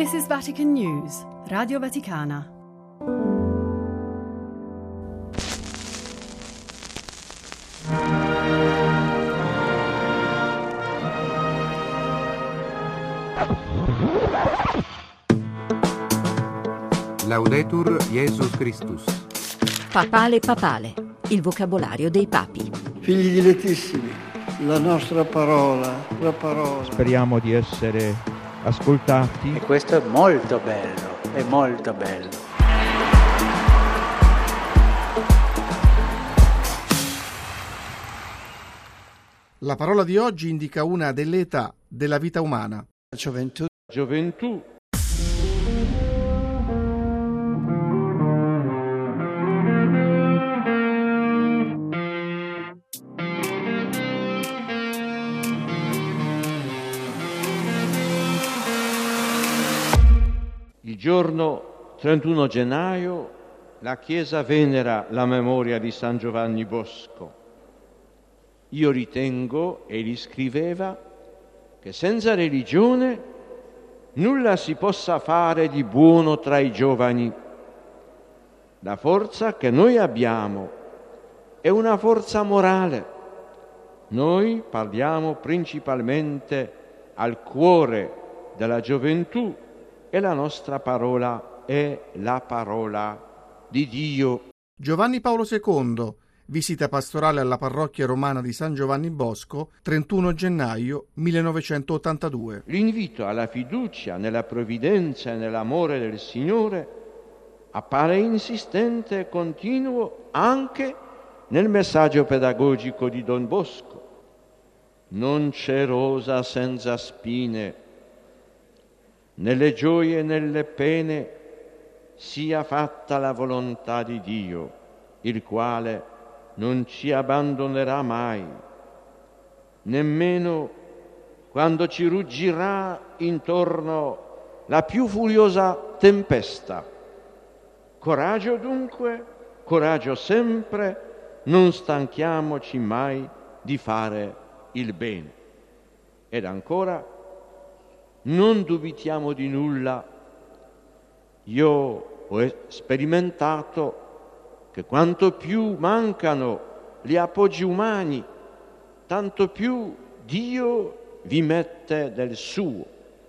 This is Vatican News, Radio Vaticana. Laudetur Jesus Christus. Papale papale, il vocabolario dei papi. Figli dilettissimi, la nostra parola, la parola. Speriamo di essere ascoltati. E questo è molto bello, è molto bello. La parola di oggi indica una delle età della vita umana. Gioventù. Gioventù. Il giorno 31 gennaio la Chiesa venera la memoria di San Giovanni Bosco. Io ritengo, egli scriveva, che senza religione nulla si possa fare di buono tra i giovani. La forza che noi abbiamo è una forza morale. Noi parliamo principalmente al cuore della gioventù e la nostra parola è la parola di Dio. Giovanni Paolo II, visita pastorale alla parrocchia romana di San Giovanni Bosco, 31 gennaio 1982. L'invito alla fiducia nella provvidenza e nell'amore del Signore appare insistente e continuo anche nel messaggio pedagogico di Don Bosco. Non c'è rosa senza spine. Nelle gioie e nelle pene sia fatta la volontà di Dio, il quale non ci abbandonerà mai, nemmeno quando ci ruggirà intorno la più furiosa tempesta. Coraggio dunque, coraggio sempre, non stanchiamoci mai di fare il bene. Ed ancora, non dubitiamo di nulla. Io ho sperimentato che quanto più mancano gli appoggi umani, tanto più Dio vi mette del suo.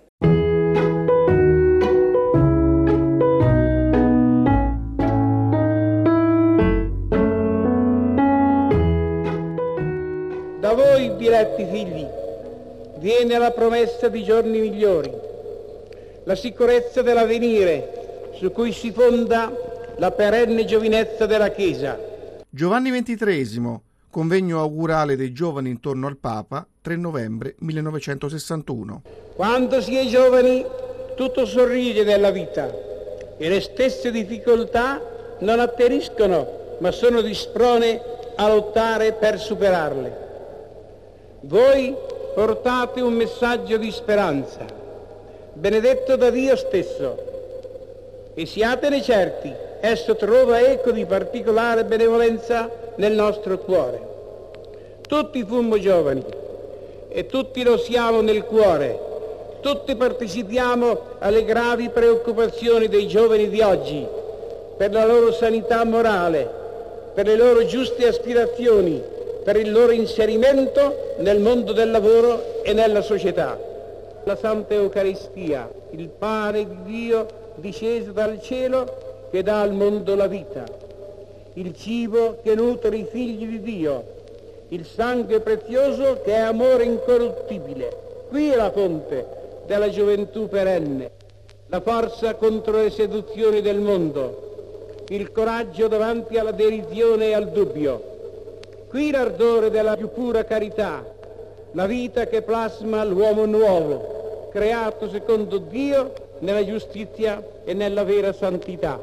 Da voi, diletti figli, viene la promessa di giorni migliori, la sicurezza dell'avvenire su cui si fonda la perenne giovinezza della Chiesa. Giovanni XXIII, convegno augurale dei giovani intorno al Papa, 3 novembre 1961. Quando si è giovani tutto sorride nella vita e le stesse difficoltà non atterriscono, ma sono di sprone a lottare per superarle. Voi portate un messaggio di speranza, benedetto da Dio stesso, e siatene certi, esso trova eco di particolare benevolenza nel nostro cuore. Tutti fummo giovani e tutti lo siamo nel cuore, tutti partecipiamo alle gravi preoccupazioni dei giovani di oggi, per la loro sanità morale, per le loro giuste aspirazioni, per il loro inserimento nel mondo del lavoro e nella società. La Santa Eucaristia, il pane di Dio disceso dal cielo che dà al mondo la vita, il cibo che nutre i figli di Dio, il sangue prezioso che è amore incorruttibile. Qui è la fonte della gioventù perenne, la forza contro le seduzioni del mondo, il coraggio davanti alla derisione e al dubbio. Qui l'ardore della più pura carità, la vita che plasma l'uomo nuovo, creato secondo Dio nella giustizia e nella vera santità.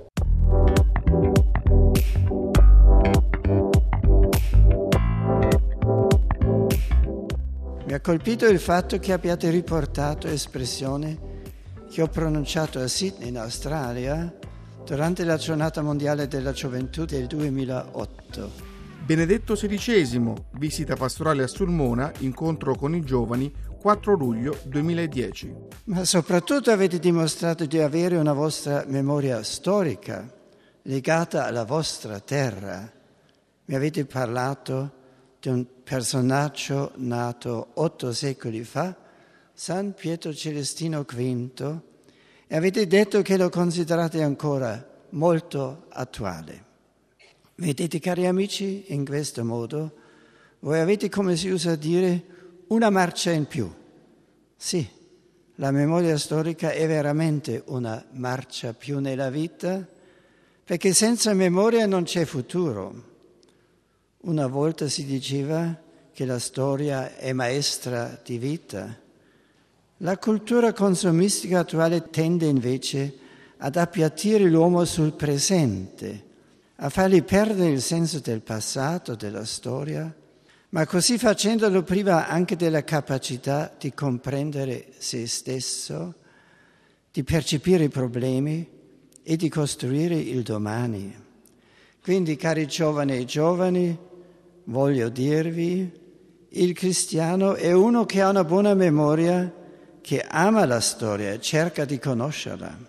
Mi ha colpito il fatto che abbiate riportato espressione che ho pronunciato a Sydney in Australia durante la giornata mondiale della gioventù del 2008. Benedetto XVI, visita pastorale a Sulmona, incontro con i giovani, 4 luglio 2010. Ma soprattutto avete dimostrato di avere una vostra memoria storica legata alla vostra terra. Mi avete parlato di un personaggio nato 8 secoli fa, San Pietro Celestino V, e avete detto che lo considerate ancora molto attuale. Vedete, cari amici, in questo modo voi avete, come si usa dire, una marcia in più. Sì, la memoria storica è veramente una marcia più nella vita, perché senza memoria non c'è futuro. Una volta si diceva che la storia è maestra di vita. La cultura consumistica attuale tende invece ad appiattire l'uomo sul presente, a fargli perdere il senso del passato, della storia, ma così facendo lo priva anche della capacità di comprendere se stesso, di percepire i problemi e di costruire il domani. Quindi, cari giovani e giovani, voglio dirvi, il cristiano è uno che ha una buona memoria, che ama la storia e cerca di conoscerla.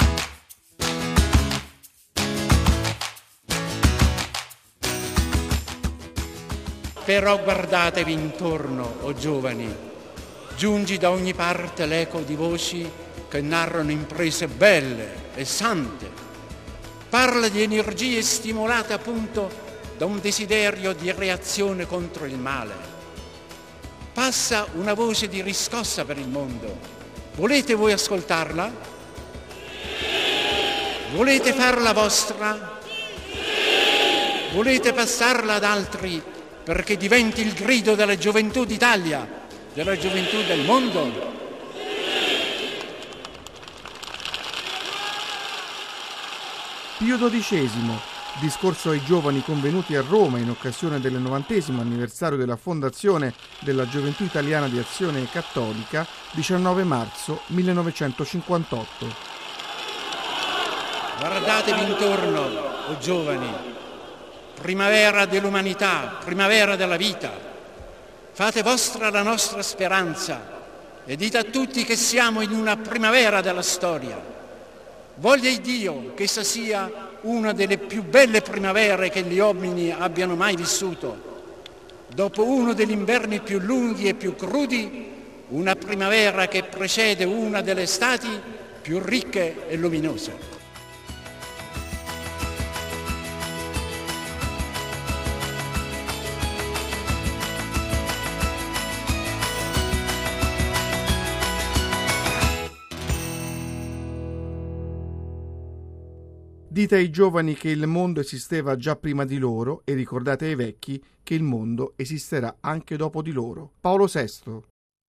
Però guardatevi intorno, o giovani, giungi da ogni parte l'eco di voci che narrano imprese belle e sante. Parla di energie stimolate appunto da un desiderio di reazione contro il male. Passa una voce di riscossa per il mondo. Volete voi ascoltarla? Volete farla vostra? Volete passarla ad altri perché diventi il grido della gioventù d'Italia, della gioventù del mondo? Pio XII, discorso ai giovani convenuti a Roma in occasione del 90° anniversario della fondazione della Gioventù Italiana di Azione Cattolica, 19 marzo 1958. Guardatevi intorno, o giovani. Primavera dell'umanità, primavera della vita. Fate vostra la nostra speranza e dite a tutti che siamo in una primavera della storia. Voglia Dio che essa sia una delle più belle primavere che gli uomini abbiano mai vissuto. Dopo uno degli inverni più lunghi e più crudi, una primavera che precede una delle estati più ricche e luminose. Dite ai giovani che il mondo esisteva già prima di loro e ricordate ai vecchi che il mondo esisterà anche dopo di loro. Paolo VI.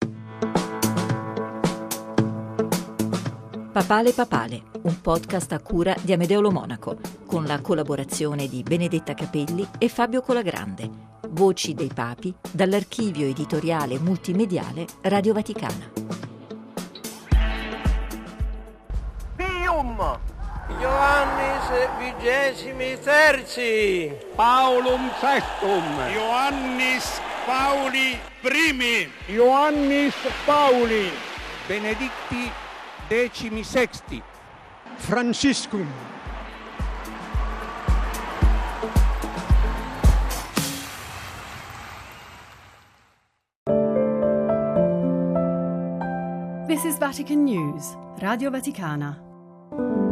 Papale Papale, un podcast a cura di Amedeo Lo Monaco, con la collaborazione di Benedetta Capelli e Fabio Colagrande. Voci dei Papi, dall'archivio editoriale multimediale Radio Vaticana. Pium! Ioannis XXIII, Paulum Sextum, Ioannis Pauli I, Ioannis Pauli, Benedicti XVI, Franciscum. This is Vatican News, Radio Vaticana.